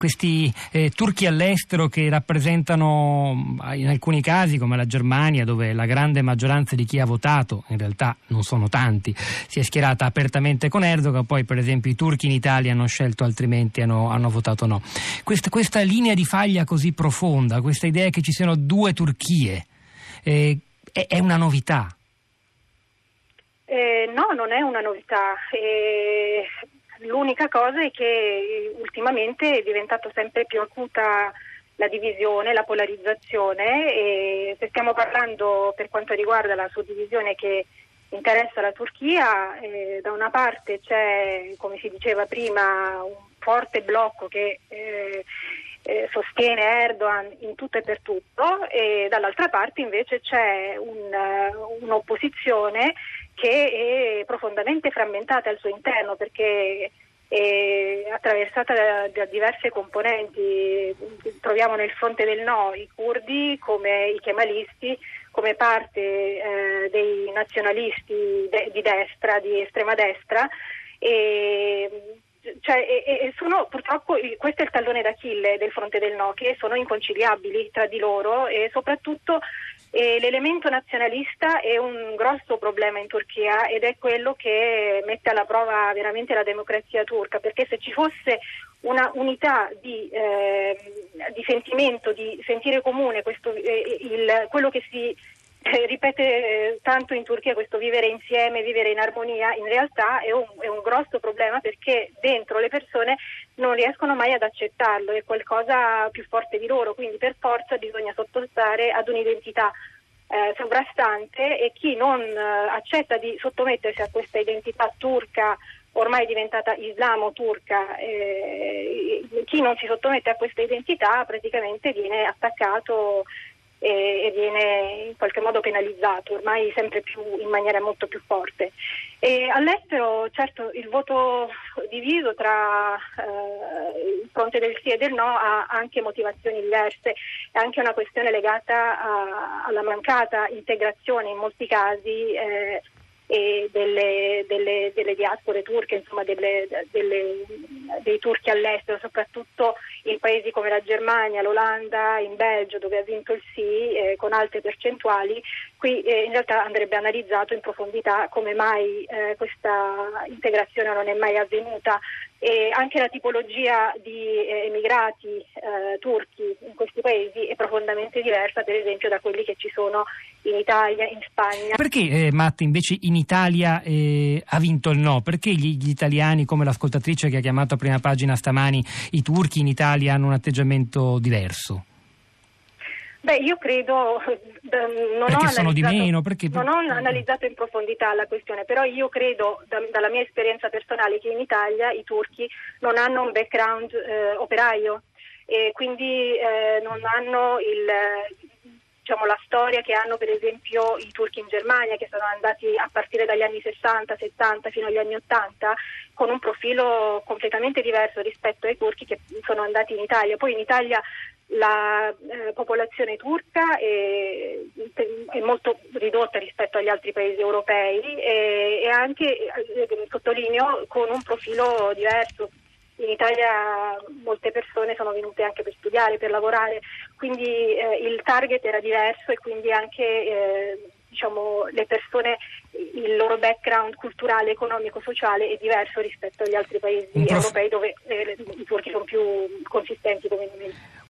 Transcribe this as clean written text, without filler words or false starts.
questi turchi all'estero che rappresentano in alcuni casi, come la Germania, dove la grande maggioranza di chi ha votato, in realtà non sono tanti, si è schierata apertamente con Erdogan, poi per esempio i turchi in Italia hanno scelto altrimenti, hanno votato no. Questa linea di faglia così profonda, questa idea che ci siano due Turchie, è una novità? No, non è una novità. L'unica cosa è che ultimamente è diventato sempre più acuta la divisione, la polarizzazione, e se stiamo parlando per quanto riguarda la suddivisione che interessa la Turchia, da una parte c'è, come si diceva prima, un forte blocco che sostiene Erdogan in tutto e per tutto, e dall'altra parte invece c'è un'opposizione che è profondamente frammentata al suo interno, perché è attraversata da diverse componenti. Troviamo nel fronte del no i curdi come i kemalisti, come parte dei nazionalisti di destra, di estrema destra, sono purtroppo, questo è il tallone d'Achille del fronte del no, che sono inconciliabili tra di loro, e soprattutto l'elemento nazionalista è un grosso problema in Turchia, ed è quello che mette alla prova veramente la democrazia turca, perché se ci fosse una unità di sentimento, di sentire comune, quello che si ripete tanto in Turchia, questo vivere insieme, vivere in armonia, in realtà è un grosso problema, perché dentro le persone non riescono mai ad accettarlo, è qualcosa più forte di loro, quindi per forza bisogna sottostare ad un'identità sovrastante, e chi non accetta di sottomettersi a questa identità turca, ormai diventata islamo-turca, chi non si sottomette a questa identità praticamente viene attaccato e viene in qualche modo penalizzato, ormai sempre più, in maniera molto più forte. E all'estero, certo, il voto diviso tra il fronte del sì e del no ha anche motivazioni diverse, è anche una questione legata alla mancata integrazione in molti casi e delle diaspore turche, insomma dei turchi all'estero, soprattutto in paesi come la Germania, l'Olanda, in Belgio, dove ha vinto il sì con alte percentuali. Qui in realtà andrebbe analizzato in profondità come mai questa integrazione non è mai avvenuta, e anche la tipologia di emigrati turchi in questi paesi è profondamente diversa, per esempio, da quelli che ci sono in Italia, in Spagna. Perché Matt invece in Italia ha vinto il no? Perché gli italiani, come l'ascoltatrice che ha chiamato a prima pagina stamani, i turchi in Italia hanno un atteggiamento diverso? Beh, io credo, non ho analizzato in profondità la questione, però io credo, dalla mia esperienza personale, che in Italia i turchi non hanno un background operaio, e quindi non hanno la storia che hanno per esempio i turchi in Germania, che sono andati a partire dagli anni 60, 70 fino agli anni 80 con un profilo completamente diverso rispetto ai turchi che sono andati in Italia. Poi in Italia la popolazione turca è molto ridotta rispetto agli altri paesi europei, e anche, sottolineo, con un profilo diverso. In Italia molte persone sono venute anche per studiare, per lavorare, quindi il target era diverso, e quindi anche le persone, il loro background culturale, economico, sociale è diverso rispetto agli altri paesi europei, dove i turchi sono più consistenti come numeri.